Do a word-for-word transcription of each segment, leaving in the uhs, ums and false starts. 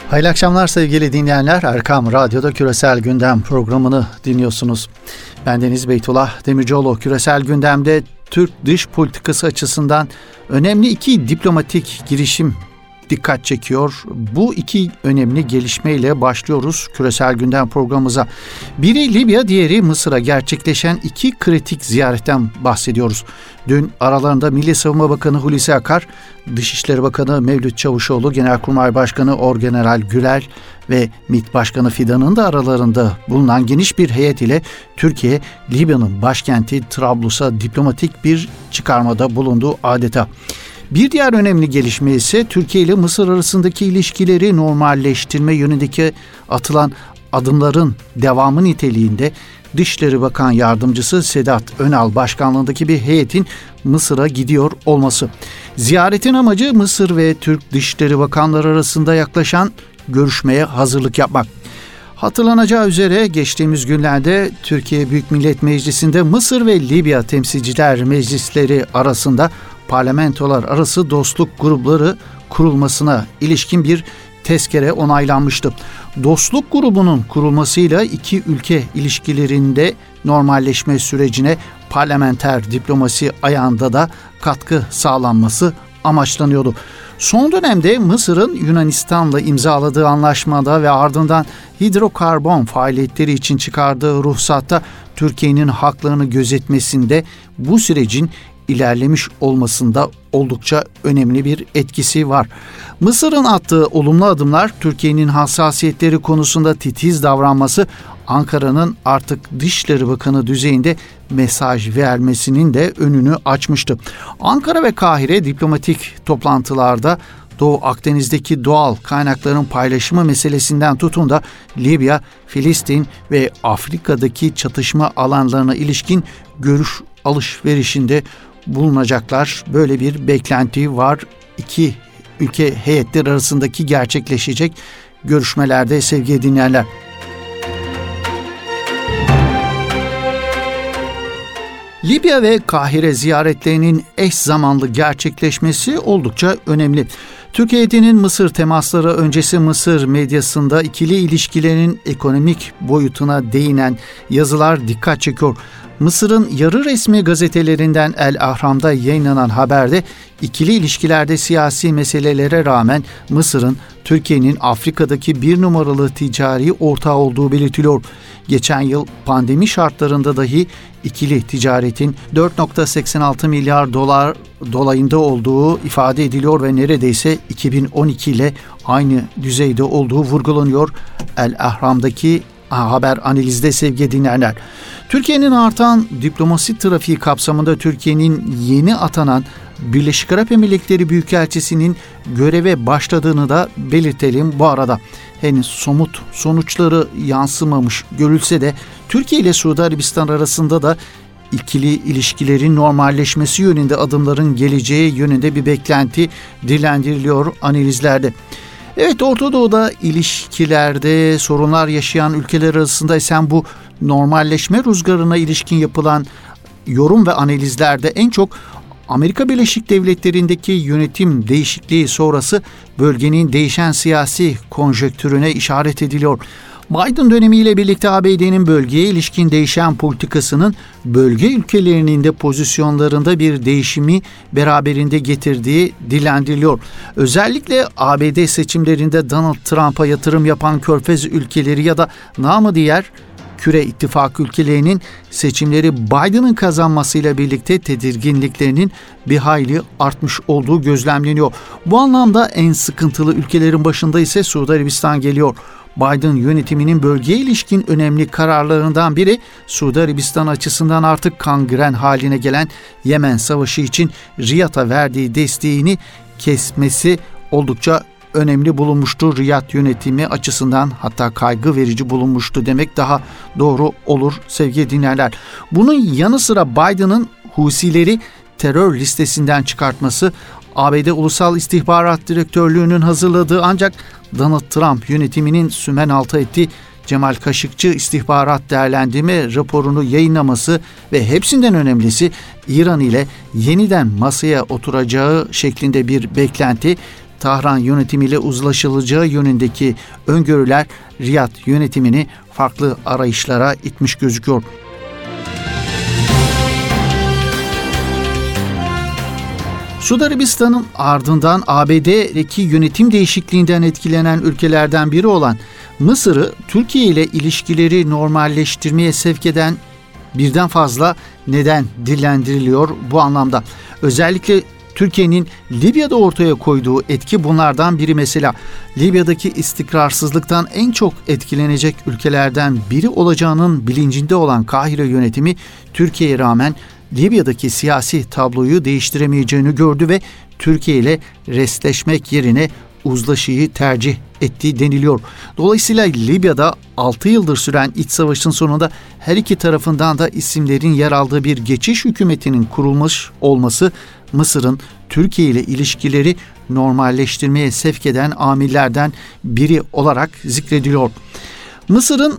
Hayırlı akşamlar sevgili dinleyenler. Erkam Radyo'da Küresel Gündem programını dinliyorsunuz. Ben Deniz Beytullah Demircioğlu. Küresel Gündem'de Türk dış politikası açısından önemli iki diplomatik girişim dikkat çekiyor. Bu iki önemli gelişmeyle başlıyoruz Küresel Gündem programımıza. Biri Libya, diğeri Mısır'a gerçekleşen iki kritik ziyaretten bahsediyoruz. Dün aralarında Milli Savunma Bakanı Hulusi Akar, Dışişleri Bakanı Mevlüt Çavuşoğlu, Genelkurmay Başkanı Orgeneral Gürel ve MİT Başkanı Fidan'ın da aralarında bulunan geniş bir heyet ile Türkiye, Libya'nın başkenti Trablus'a diplomatik bir çıkarmada bulundu adeta. Bir diğer önemli gelişme ise Türkiye ile Mısır arasındaki ilişkileri normalleştirme yönündeki atılan adımların devamı niteliğinde Dışişleri Bakan Yardımcısı Sedat Önal başkanlığındaki bir heyetin Mısır'a gidiyor olması. Ziyaretin amacı Mısır ve Türk Dışişleri Bakanları arasında yaklaşan görüşmeye hazırlık yapmak. Hatırlanacağı üzere geçtiğimiz günlerde Türkiye Büyük Millet Meclisi'nde Mısır ve Libya Temsilciler Meclisleri arasında parlamentolar arası dostluk grupları kurulmasına ilişkin bir tezkere onaylanmıştı. Dostluk grubunun kurulmasıyla iki ülke ilişkilerinde normalleşme sürecine parlamenter diplomasi ayağında da katkı sağlanması amaçlanıyordu. Son dönemde Mısır'ın Yunanistan'la imzaladığı anlaşmada ve ardından hidrokarbon faaliyetleri için çıkardığı ruhsatta Türkiye'nin haklarını gözetmesinde bu sürecin ilerlemiş olmasında oldukça önemli bir etkisi var. Mısır'ın attığı olumlu adımlar Türkiye'nin hassasiyetleri konusunda titiz davranması, Ankara'nın artık Dışişleri Bakanı düzeyinde mesaj vermesinin de önünü açmıştı. Ankara ve Kahire diplomatik toplantılarda Doğu Akdeniz'deki doğal kaynakların paylaşımı meselesinden tutun da Libya, Filistin ve Afrika'daki çatışma alanlarına ilişkin görüş alışverişinde bulunacaklar. Böyle bir beklenti var. İki ülke heyetleri arasındaki gerçekleşecek görüşmelerde sevgili dinleyenler. Libya ve Kahire ziyaretlerinin eş zamanlı gerçekleşmesi oldukça önemli. Türk heyetinin Mısır temasları öncesi Mısır medyasında ikili ilişkilerin ekonomik boyutuna değinen yazılar dikkat çekiyor. Mısır'ın yarı resmi gazetelerinden El Ahram'da yayınlanan haberde ikili ilişkilerde siyasi meselelere rağmen Mısır'ın Türkiye'nin Afrika'daki bir numaralı ticari ortağı olduğu belirtiliyor. Geçen yıl pandemi şartlarında dahi ikili ticaretin dört virgül seksen altı milyar dolar dolayında olduğu ifade ediliyor ve neredeyse iki bin on iki ile aynı düzeyde olduğu vurgulanıyor El Ahram'daki haber analizde sevgili dinleyenler. Türkiye'nin artan diplomasi trafiği kapsamında Türkiye'nin yeni atanan Birleşik Arap Emirlikleri Büyükelçisi'nin göreve başladığını da belirtelim bu arada. Henüz somut sonuçları yansımamış görülse de Türkiye ile Suudi Arabistan arasında da ikili ilişkilerin normalleşmesi yönünde adımların geleceği yönünde bir beklenti dillendiriliyor analizlerde. Evet, Orta Doğu'da ilişkilerde sorunlar yaşayan ülkeler arasında isen bu normalleşme rüzgarına ilişkin yapılan yorum ve analizlerde en çok Amerika Birleşik Devletleri'ndeki yönetim değişikliği sonrası bölgenin değişen siyasi konjonktürüne işaret ediliyor. Biden dönemiyle birlikte A B D'nin bölgeye ilişkin değişen politikasının bölge ülkelerinin de pozisyonlarında bir değişimi beraberinde getirdiği dillendiriliyor. Özellikle A B D seçimlerinde Donald Trump'a yatırım yapan Körfez ülkeleri ya da namı diğer Küre İttifakı ülkelerinin seçimleri Biden'ın kazanmasıyla birlikte tedirginliklerinin bir hayli artmış olduğu gözlemleniyor. Bu anlamda en sıkıntılı ülkelerin başında ise Suudi Arabistan geliyor. Biden yönetiminin bölgeye ilişkin önemli kararlarından biri Suudi Arabistan açısından artık kangren haline gelen Yemen Savaşı için Riyad'a verdiği desteğini kesmesi oldukça önemli bulunmuştu. Riyad yönetimi açısından hatta kaygı verici bulunmuştu demek daha doğru olur sevgili dinleyenler. Bunun yanı sıra Biden'ın Husileri terör listesinden çıkartması, A B D Ulusal İstihbarat Direktörlüğü'nün hazırladığı ancak Donald Trump yönetiminin sümen altı ettiği Cemal Kaşıkçı istihbarat değerlendirme raporunu yayınlaması ve hepsinden önemlisi İran ile yeniden masaya oturacağı şeklinde bir beklenti Tahran yönetimiyle uzlaşılacağı yönündeki öngörüler Riyad yönetimini farklı arayışlara itmiş gözüküyor. Suudi Arabistan'ın ardından A B D'deki yönetim değişikliğinden etkilenen ülkelerden biri olan Mısır'ı Türkiye ile ilişkileri normalleştirmeye sevk eden birden fazla neden dillendiriliyor bu anlamda. Özellikle Türkiye'nin Libya'da ortaya koyduğu etki bunlardan biri mesela. Libya'daki istikrarsızlıktan en çok etkilenecek ülkelerden biri olacağının bilincinde olan Kahire yönetimi Türkiye'ye rağmen Libya'daki siyasi tabloyu değiştiremeyeceğini gördü ve Türkiye ile restleşmek yerine uzlaşıyı tercih ettiği deniliyor. Dolayısıyla Libya'da altı yıldır süren iç savaşın sonunda her iki tarafından da isimlerin yer aldığı bir geçiş hükümetinin kurulmuş olması Mısır'ın Türkiye ile ilişkileri normalleştirmeye sevk eden amillerden biri olarak zikrediliyor. Mısır'ın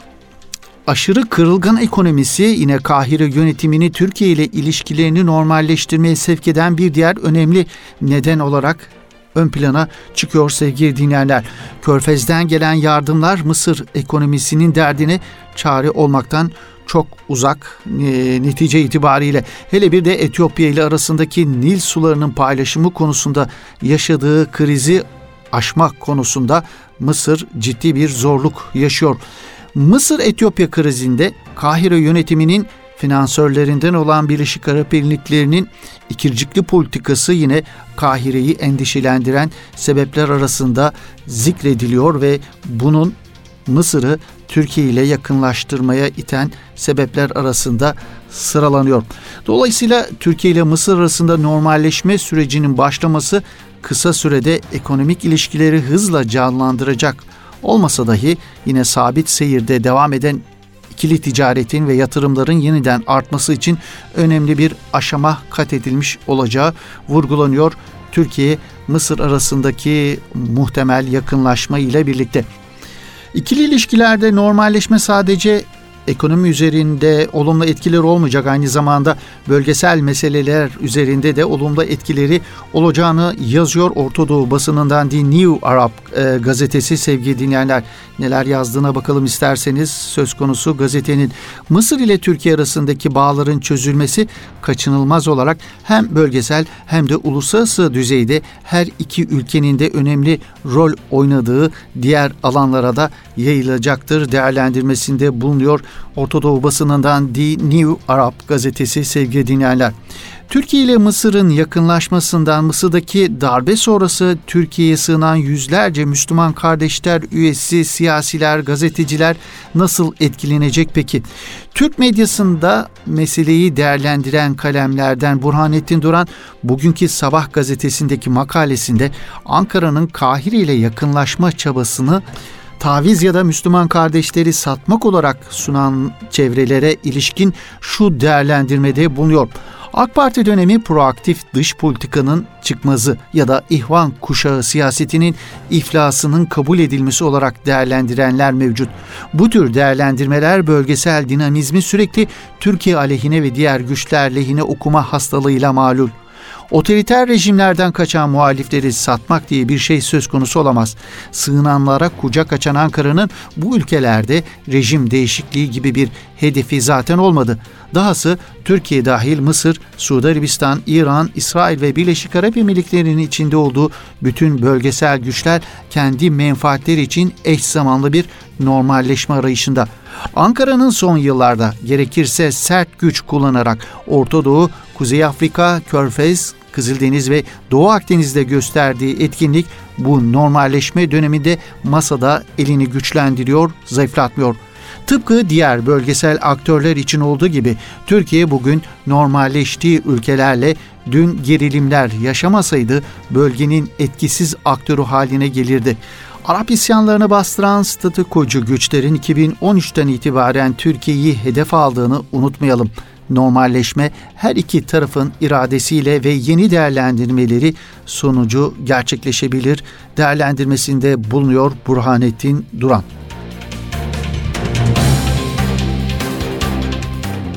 aşırı kırılgan ekonomisi yine Kahire yönetimini Türkiye ile ilişkilerini normalleştirmeye sevk eden bir diğer önemli neden olarak ön plana çıkıyor sevgili dinleyenler. Körfez'den gelen yardımlar Mısır ekonomisinin derdine çare olmaktan çok uzak e, netice itibariyle. Hele bir de Etiyopya ile arasındaki Nil sularının paylaşımı konusunda yaşadığı krizi aşmak konusunda Mısır ciddi bir zorluk yaşıyor. Mısır-Etiyopya krizinde Kahire yönetiminin finansörlerinden olan Birleşik Arap Emirlikleri'nin ikircikli politikası yine Kahire'yi endişelendiren sebepler arasında zikrediliyor ve bunun Mısır'ı Türkiye ile yakınlaştırmaya iten sebepler arasında sıralanıyor. Dolayısıyla Türkiye ile Mısır arasında normalleşme sürecinin başlaması kısa sürede ekonomik ilişkileri hızla canlandıracak olmasa dahi yine sabit seyirde devam eden ikili ticaretin ve yatırımların yeniden artması için önemli bir aşama kat edilmiş olacağı vurgulanıyor. Türkiye-Mısır arasındaki muhtemel yakınlaşma ile birlikte. İkili ilişkilerde normalleşme sadece ekonomi üzerinde olumlu etkileri olmayacak, aynı zamanda bölgesel meseleler üzerinde de olumlu etkileri olacağını yazıyor Orta Doğu basınından The New Arab e, gazetesi. Sevgili dinleyenler, neler yazdığına bakalım isterseniz. Söz konusu gazetenin Mısır ile Türkiye arasındaki bağların çözülmesi kaçınılmaz olarak hem bölgesel hem de uluslararası düzeyde her iki ülkenin de önemli rol oynadığı diğer alanlara da yayılacaktır değerlendirmesinde bulunuyor Orta Doğu basınından The New Arab gazetesi sevgili dinleyenler. Türkiye ile Mısır'ın yakınlaşmasından Mısır'daki darbe sonrası Türkiye'ye sığınan yüzlerce Müslüman kardeşler üyesi, siyasiler, gazeteciler nasıl etkilenecek peki? Türk medyasında meseleyi değerlendiren kalemlerden Burhanettin Duran bugünkü Sabah gazetesindeki makalesinde Ankara'nın Kahire ile yakınlaşma çabasını taviz ya da Müslüman kardeşleri satmak olarak sunan çevrelere ilişkin şu değerlendirmede bulunuyor. AK Parti dönemi proaktif dış politikanın çıkmazı ya da ihvan kuşağı siyasetinin iflasının kabul edilmesi olarak değerlendirenler mevcut. Bu tür değerlendirmeler bölgesel dinamizmi sürekli Türkiye aleyhine ve diğer güçler lehine okuma hastalığıyla malul. Otoriter rejimlerden kaçan muhalifleri satmak diye bir şey söz konusu olamaz. Sığınanlara kucak açan Ankara'nın bu ülkelerde rejim değişikliği gibi bir hedefi zaten olmadı. Dahası Türkiye dahil Mısır, Suudi Arabistan, İran, İsrail ve Birleşik Arap Emirlikleri'nin içinde olduğu bütün bölgesel güçler kendi menfaatleri için eş zamanlı bir normalleşme arayışında. Ankara'nın son yıllarda gerekirse sert güç kullanarak Orta Doğu, Kuzey Afrika, Körfez, Kızıldeniz ve Doğu Akdeniz'de gösterdiği etkinlik bu normalleşme döneminde masada elini güçlendiriyor, zayıflatmıyor. Tıpkı diğer bölgesel aktörler için olduğu gibi Türkiye bugün normalleştiği ülkelerle dün gerilimler yaşamasaydı bölgenin etkisiz aktörü haline gelirdi. Arap isyanlarını bastıran statükocu güçlerin iki bin on üçten itibaren Türkiye'yi hedef aldığını unutmayalım. Normalleşme her iki tarafın iradesiyle ve yeni değerlendirmeleri sonucu gerçekleşebilir değerlendirmesinde bulunuyor Burhanettin Duran.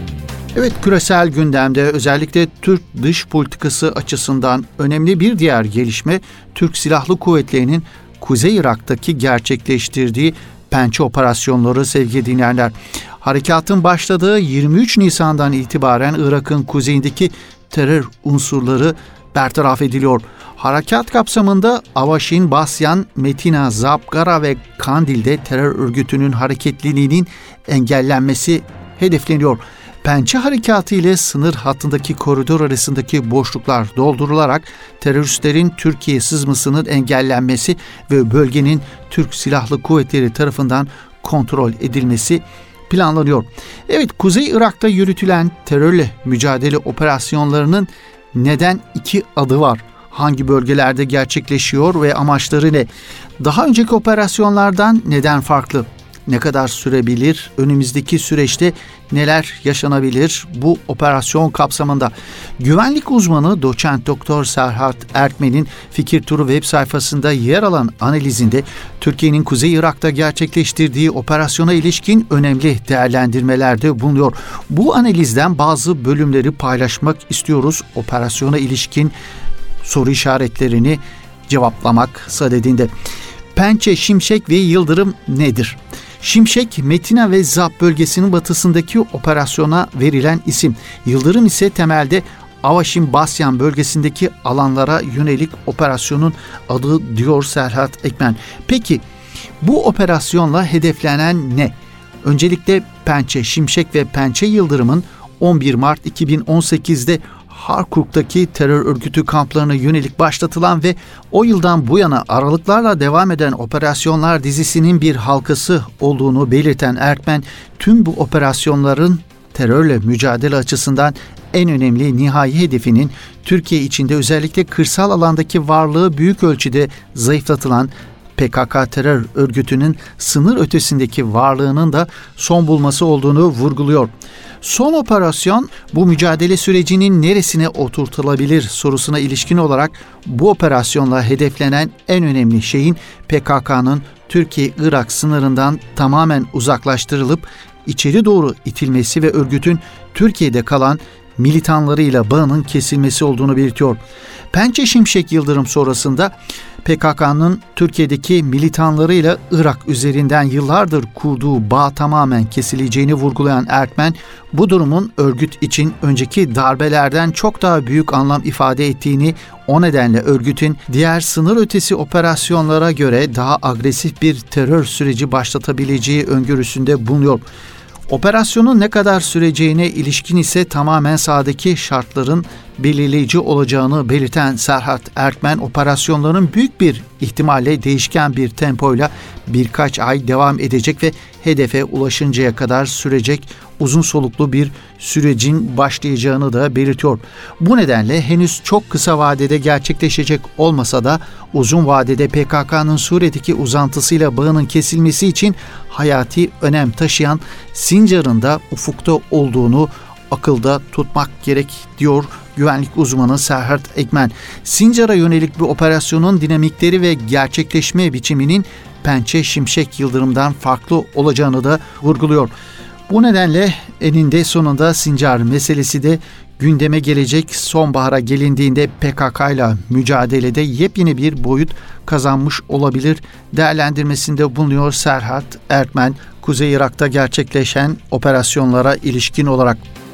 Evet, küresel gündemde özellikle Türk dış politikası açısından önemli bir diğer gelişme Türk Silahlı Kuvvetleri'nin Kuzey Irak'taki gerçekleştirdiği Pençe operasyonları sevgili dinleyenler. Harekatın başladığı yirmi üç Nisan'dan itibaren Irak'ın kuzeyindeki terör unsurları bertaraf ediliyor. Harekat kapsamında Avaşin, Basyan, Metina, Zapgara ve Kandil'de terör örgütünün hareketliliğinin engellenmesi hedefleniyor. Pençe harekatı ile sınır hattındaki koridor arasındaki boşluklar doldurularak teröristlerin Türkiye sızmasının engellenmesi ve bölgenin Türk Silahlı Kuvvetleri tarafından kontrol edilmesi planlanıyor. Evet, Kuzey Irak'ta yürütülen terörle mücadele operasyonlarının neden iki adı var? Hangi bölgelerde gerçekleşiyor ve amaçları ne? Daha önceki operasyonlardan neden farklı? Ne kadar sürebilir? Önümüzdeki süreçte neler yaşanabilir bu operasyon kapsamında? Güvenlik uzmanı Doçent Doktor Serhat Erkmen'in Fikir Turu web sayfasında yer alan analizinde Türkiye'nin Kuzey Irak'ta gerçekleştirdiği operasyona ilişkin önemli değerlendirmelerde bulunuyor. Bu analizden bazı bölümleri paylaşmak istiyoruz. Operasyona ilişkin soru işaretlerini cevaplamak sadedinde. Pençe, Şimşek ve Yıldırım nedir? Şimşek, Metina ve Zap bölgesinin batısındaki operasyona verilen isim. Yıldırım ise temelde Avaşin, Basyan bölgesindeki alanlara yönelik operasyonun adı diyor Serhat Ekmen. Peki bu operasyonla hedeflenen ne? Öncelikle Pençe, Şimşek ve Pençe Yıldırım'ın on bir Mart iki bin on sekizde Harkuk'taki terör örgütü kamplarına yönelik başlatılan ve o yıldan bu yana aralıklarla devam eden operasyonlar dizisinin bir halkası olduğunu belirten Erkmen, tüm bu operasyonların terörle mücadele açısından en önemli nihai hedefinin Türkiye içinde özellikle kırsal alandaki varlığı büyük ölçüde zayıflatılan P K K terör örgütünün sınır ötesindeki varlığının da son bulması olduğunu vurguluyor. Son operasyon bu mücadele sürecinin neresine oturtulabilir sorusuna ilişkin olarak bu operasyonla hedeflenen en önemli şeyin P K K'nın Türkiye-Irak sınırından tamamen uzaklaştırılıp içeri doğru itilmesi ve örgütün Türkiye'de kalan militanlarıyla bağının kesilmesi olduğunu belirtiyor. Pençe, Şimşek, Yıldırım sonrasında P K K'nın Türkiye'deki militanlarıyla Irak üzerinden yıllardır kurduğu bağ tamamen kesileceğini vurgulayan Erkmen, bu durumun örgüt için önceki darbelerden çok daha büyük anlam ifade ettiğini, o nedenle örgütün diğer sınır ötesi operasyonlara göre daha agresif bir terör süreci başlatabileceği öngörüsünde bulunuyor. Operasyonun ne kadar süreceğine ilişkin ise tamamen sahadaki şartların belirleyici olacağını belirten Serhat Erkmen, operasyonların büyük bir ihtimalle değişken bir tempoyla birkaç ay devam edecek ve hedefe ulaşıncaya kadar sürecek uzun soluklu bir sürecin başlayacağını da belirtiyor. Bu nedenle henüz çok kısa vadede gerçekleşecek olmasa da uzun vadede P K K'nın Suriye'deki uzantısıyla bağının kesilmesi için hayati önem taşıyan Sincar'ın da ufukta olduğunu akılda tutmak gerek diyor güvenlik uzmanı Serhat Ekmen. Sincar'a yönelik bir operasyonun dinamikleri ve gerçekleşme biçiminin Pençe, Şimşek, Yıldırım'dan farklı olacağını da vurguluyor. Bu nedenle eninde sonunda Sincar meselesi de gündeme gelecek. Sonbahara gelindiğinde P K K ile mücadelede yepyeni bir boyut kazanmış olabilir değerlendirmesinde bulunuyor Serhat Erkmen, Kuzey Irak'ta gerçekleşen operasyonlara ilişkin olarak.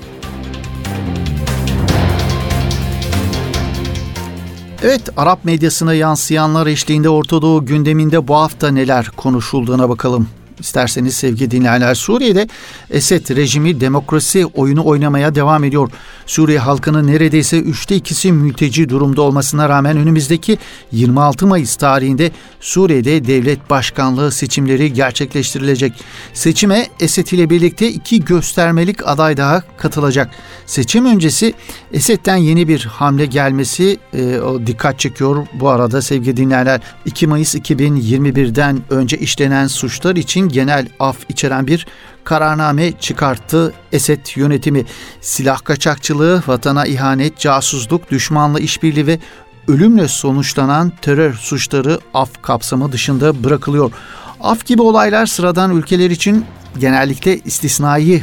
Evet, Arap medyasına yansıyanlar eşliğinde Orta Doğu gündeminde bu hafta neler konuşulduğuna bakalım. İsterseniz sevgili dinleyenler, Suriye'de Esed rejimi demokrasi oyunu oynamaya devam ediyor. Suriye halkının neredeyse üçte ikisi mülteci durumda olmasına rağmen önümüzdeki yirmi altı Mayıs tarihinde Suriye'de devlet başkanlığı seçimleri gerçekleştirilecek. Seçime Esed ile birlikte iki göstermelik aday daha katılacak. Seçim öncesi Esed'den yeni bir hamle gelmesi e, o dikkat çekiyor. Bu arada sevgili dinleyenler, iki Mayıs iki bin yirmi birden önce işlenen suçlar için genel af içeren bir kararname çıkarttı Esed yönetimi. Silah kaçakçılığı, vatana ihanet, casusluk, düşmanla işbirliği ve ölümle sonuçlanan terör suçları af kapsamı dışında bırakılıyor. Af gibi olaylar sıradan ülkeler için genellikle istisnai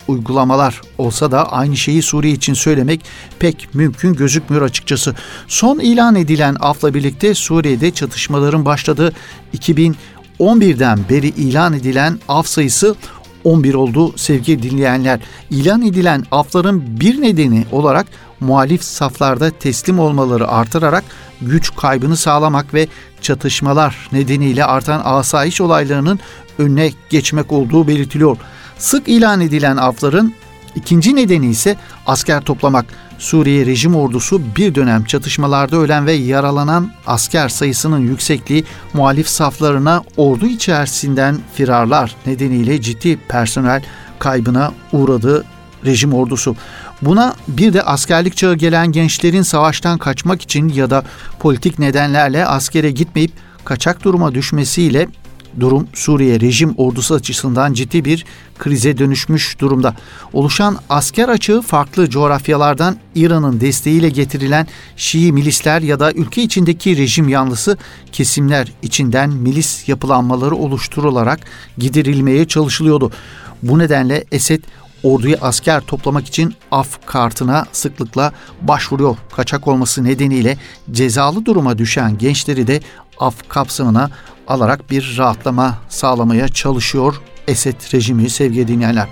uygulamalar olsa da aynı şeyi Suriye için söylemek pek mümkün gözükmüyor açıkçası. Son ilan edilen afla birlikte Suriye'de çatışmaların başladığı iki bin on birden beri ilan edilen af sayısı on bir oldu sevgili dinleyenler. İlan edilen afların bir nedeni olarak muhalif saflarda teslim olmaları artırarak güç kaybını sağlamak ve çatışmalar nedeniyle artan asayiş olaylarının önüne geçmek olduğu belirtiliyor. Sık ilan edilen afların ikinci nedeni ise asker toplamak. Suriye rejim ordusu bir dönem çatışmalarda ölen ve yaralanan asker sayısının yüksekliği muhalif saflarına ordu içerisinden firarlar nedeniyle ciddi personel kaybına uğradı rejim ordusu. Buna bir de askerlik çağı gelen gençlerin savaştan kaçmak için ya da politik nedenlerle askere gitmeyip kaçak duruma düşmesiyle durum Suriye rejim ordusu açısından ciddi bir krize dönüşmüş durumda. Oluşan asker açığı farklı coğrafyalardan İran'ın desteğiyle getirilen Şii milisler ya da ülke içindeki rejim yanlısı kesimler içinden milis yapılanmaları oluşturularak giderilmeye çalışılıyordu. Bu nedenle Esed orduya asker toplamak için af kartına sıklıkla başvuruyor. Kaçak olması nedeniyle cezalı duruma düşen gençleri de af kapsamına alarak bir rahatlama sağlamaya çalışıyor Esed rejimi sevgili dinleyenler.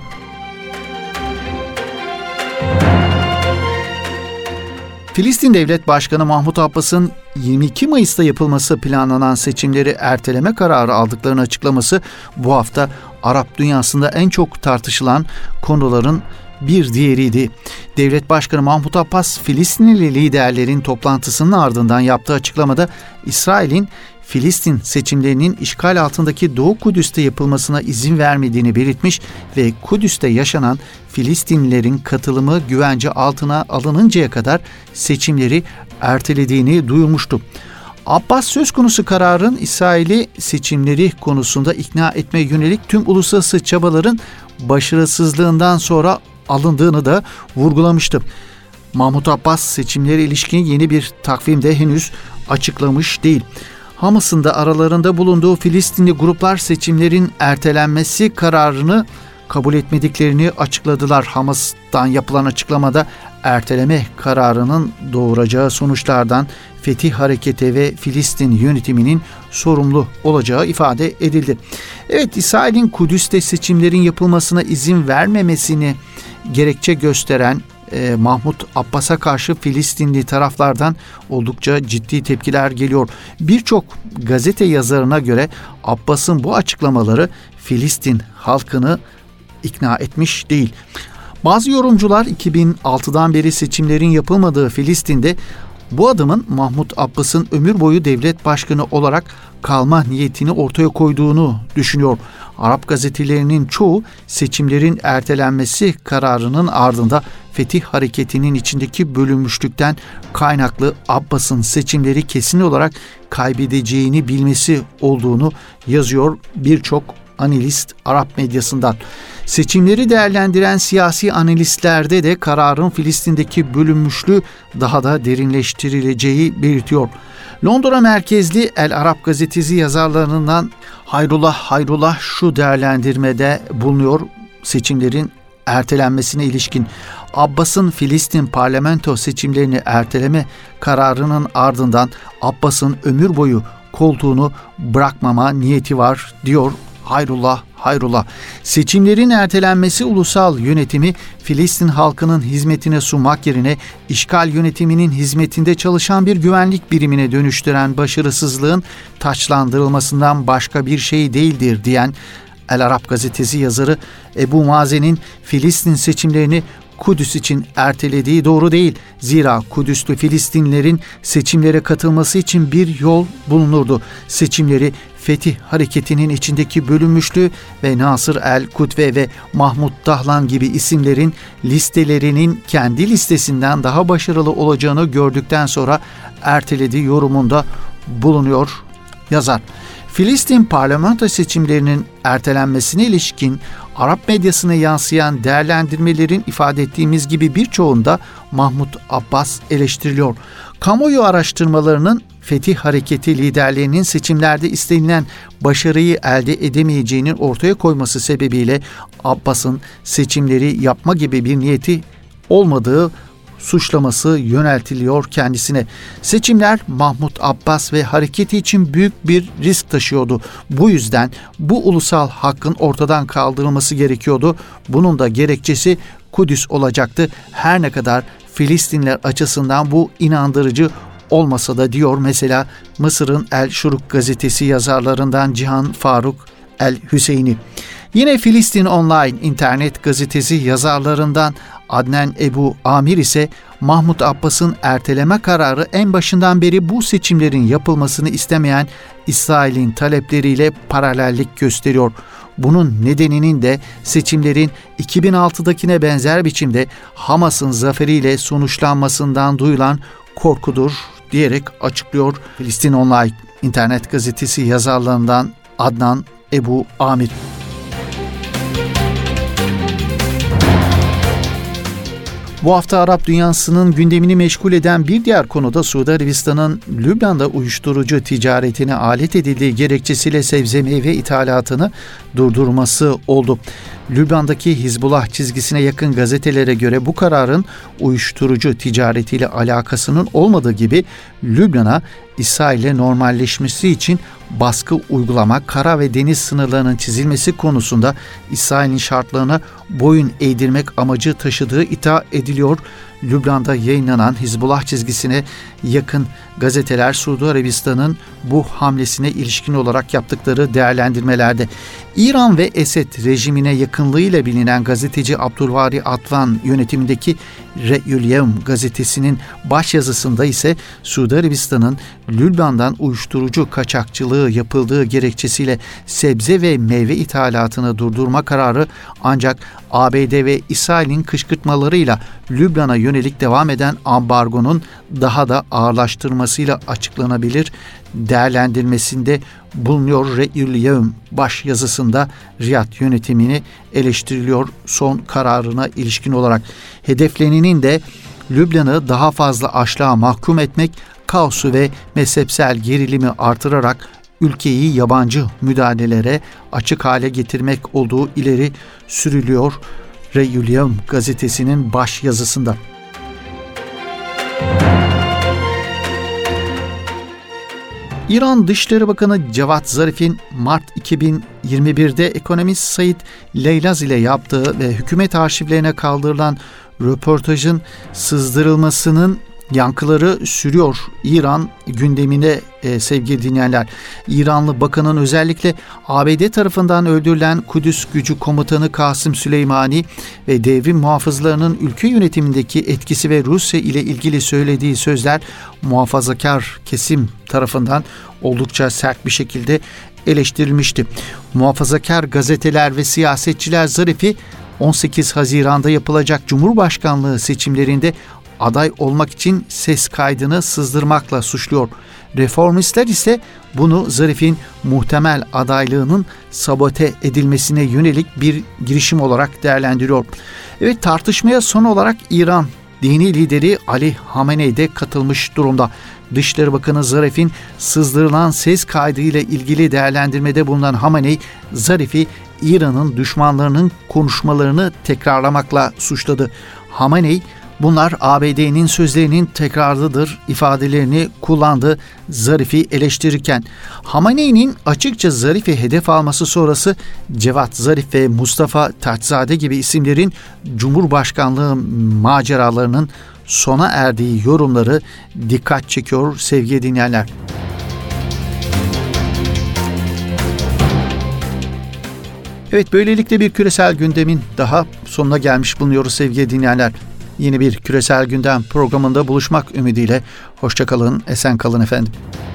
Filistin Devlet Başkanı Mahmut Abbas'ın yirmi iki Mayıs'ta yapılması planlanan seçimleri erteleme kararı aldıklarını açıklaması bu hafta Arap dünyasında en çok tartışılan konuların bir diğeriydi. Devlet Başkanı Mahmut Abbas, Filistinli liderlerin toplantısının ardından yaptığı açıklamada İsrail'in Filistin seçimlerinin işgal altındaki Doğu Kudüs'te yapılmasına izin vermediğini belirtmiş ve Kudüs'te yaşanan Filistinlilerin katılımı güvence altına alınıncaya kadar seçimleri ertelediğini duyurmuştu. Abbas söz konusu kararın İsrail'i seçimleri konusunda ikna etmeye yönelik tüm uluslararası çabaların başarısızlığından sonra alındığını da vurgulamıştı. Mahmut Abbas seçimlere ilişkin yeni bir takvimde henüz açıklamış değil. Hamas'ın da aralarında bulunduğu Filistinli gruplar seçimlerin ertelenmesi kararını kabul etmediklerini açıkladılar. Hamas'tan yapılan açıklamada erteleme kararının doğuracağı sonuçlardan Fetih Hareketi ve Filistin yönetiminin sorumlu olacağı ifade edildi. Evet, İsrail'in Kudüs'te seçimlerin yapılmasına izin vermemesini gerekçe gösteren e, Mahmut Abbas'a karşı Filistinli taraflardan oldukça ciddi tepkiler geliyor. Birçok gazete yazarına göre Abbas'ın bu açıklamaları Filistin halkını ikna etmiş değil. Bazı yorumcular iki bin altıdan beri seçimlerin yapılmadığı Filistin'de bu adımın Mahmut Abbas'ın ömür boyu devlet başkanı olarak kalma niyetini ortaya koyduğunu düşünüyor. Arap gazetelerinin çoğu seçimlerin ertelenmesi kararının ardında Fetih Hareketi'nin içindeki bölünmüşlükten kaynaklı Abbas'ın seçimleri kesin olarak kaybedeceğini bilmesi olduğunu yazıyor birçok analist Arap medyasından. Seçimleri değerlendiren siyasi analistlerde de kararın Filistin'deki bölünmüşlüğü daha da derinleştirileceği belirtiyor. Londra merkezli El Arap gazetesi yazarlarından Hayrullah Hayrullah şu değerlendirmede bulunuyor seçimlerin ertelenmesine ilişkin. Abbas'ın Filistin parlamento seçimlerini erteleme kararının ardından Abbas'ın ömür boyu koltuğunu bırakmama niyeti var diyor Hayrullah Hayrullah. Seçimlerin ertelenmesi ulusal yönetimi Filistin halkının hizmetine sunmak yerine işgal yönetiminin hizmetinde çalışan bir güvenlik birimine dönüştüren başarısızlığın taçlandırılmasından başka bir şey değildir diyen El Arap gazetesi yazarı Ebu Mazen'in Filistin seçimlerini Kudüs için ertelediği doğru değil. Zira Kudüslü Filistinlilerin seçimlere katılması için bir yol bulunurdu. Seçimleri Fetih Hareketi'nin içindeki bölünmüşlüğü ve Nasır el-Kutve ve Mahmud Dahlan gibi isimlerin listelerinin kendi listesinden daha başarılı olacağını gördükten sonra ertelediği yorumunda bulunuyor yazar. Filistin parlamento seçimlerinin ertelenmesine ilişkin Arap medyasına yansıyan değerlendirmelerin ifade ettiğimiz gibi birçoğunda Mahmut Abbas eleştiriliyor. Kamuoyu araştırmalarının Fetih Hareketi liderlerinin seçimlerde istenilen başarıyı elde edemeyeceğinin ortaya koyması sebebiyle Abbas'ın seçimleri yapma gibi bir niyeti olmadığı suçlaması yöneltiliyor kendisine. Seçimler Mahmut Abbas ve hareketi için büyük bir risk taşıyordu. Bu yüzden bu ulusal hakkın ortadan kaldırılması gerekiyordu. Bunun da gerekçesi Kudüs olacaktı. Her ne kadar Filistinler açısından bu inandırıcı olmasa da diyor mesela Mısır'ın El Şuruk gazetesi yazarlarından Cihan Faruk El Hüseyini. Yine Filistin Online internet gazetesi yazarlarından Adnan Ebu Amir ise Mahmut Abbas'ın erteleme kararı en başından beri bu seçimlerin yapılmasını istemeyen İsrail'in talepleriyle paralellik gösteriyor. Bunun nedeninin de seçimlerin iki bin altıdakine benzer biçimde Hamas'ın zaferiyle sonuçlanmasından duyulan korkudur diyerek açıklıyor Filistin Online internet gazetesi yazarlarından Adnan Ebu Amir. Bu hafta Arap dünyasının gündemini meşgul eden bir diğer konu da Suudi Arabistan'ın Lübnan'da uyuşturucu ticaretine alet edildiği gerekçesiyle sebze meyve ithalatını durdurması oldu. Lübnan'daki Hizbullah çizgisine yakın gazetelere göre bu kararın uyuşturucu ticaretiyle alakasının olmadığı gibi Lübnan'a İsrail'le normalleşmesi için baskı uygulamak, kara ve deniz sınırlarının çizilmesi konusunda İsrail'in şartlarına boyun eğdirmek amacı taşıdığı iddia ediliyor. Lübnan'da yayınlanan Hizbullah çizgisine yakın gazeteler Suudi Arabistan'ın bu hamlesine ilişkin olarak yaptıkları değerlendirmelerde. İran ve Esed rejimine yakınlığıyla bilinen gazeteci Abdülvari Atvan yönetimindeki Re'yül Yevm gazetesinin başyazısında ise Suudi Arabistan'ın Lübnan'dan uyuşturucu kaçakçılığı yapıldığı gerekçesiyle sebze ve meyve ithalatını durdurma kararı ancak A B D ve İsrail'in kışkırtmalarıyla Lübnan'a yönelik devam eden ambargonun daha da ağırlaştırmasıyla açıklanabilir değerlendirmesinde bulunuyor. Re'yül Yevm baş yazısında Riyad yönetimini eleştiriliyor son kararına ilişkin olarak. Hedefleninin de Lübnan'ı daha fazla açlığa mahkum etmek, kaosu ve mezhepsel gerilimi artırarak ülkeyi yabancı müdahalelere açık hale getirmek olduğu ileri sürülüyor Re'yül Yevm gazetesinin baş yazısında. İran Dışişleri Bakanı Cevat Zarif'in Mart iki bin yirmi birde ekonomist Said Leylaz ile yaptığı ve hükümet arşivlerine kaldırılan röportajın sızdırılmasının yankıları sürüyor İran gündemine e, sevgili dinleyenler. İranlı bakanın özellikle A B D tarafından öldürülen Kudüs Gücü Komutanı Kasım Süleymani ve devrim muhafızlarının ülke yönetimindeki etkisi ve Rusya ile ilgili söylediği sözler muhafazakar kesim tarafından oldukça sert bir şekilde eleştirilmişti. Muhafazakar gazeteler ve siyasetçiler Zarif'i on sekiz Haziran'da yapılacak Cumhurbaşkanlığı seçimlerinde aday olmak için ses kaydını sızdırmakla suçluyor. Reformistler ise bunu Zarif'in muhtemel adaylığının sabote edilmesine yönelik bir girişim olarak değerlendiriyor. Evet, tartışmaya son olarak İran dini lideri Ali Hamenei de katılmış durumda. Dışişleri Bakanı Zarif'in sızdırılan ses kaydı ile ilgili değerlendirmede bulunan Hamenei, Zarif'i İran'ın düşmanlarının konuşmalarını tekrarlamakla suçladı. Hamenei, bunlar A B D'nin sözlerinin tekrarıdır ifadelerini kullandı Zarif'i eleştirirken. Hamenei'nin açıkça Zarif'i hedef alması sonrası Cevat Zarif ve Mustafa Taçzade gibi isimlerin Cumhurbaşkanlığı maceralarının sona erdiği yorumları dikkat çekiyor sevgili dinleyenler. Evet, böylelikle bir küresel gündemin daha sonuna gelmiş bulunuyoruz sevgili dinleyenler. Yeni bir küresel gündem programında buluşmak ümidiyle hoşça kalın, esen kalın efendim.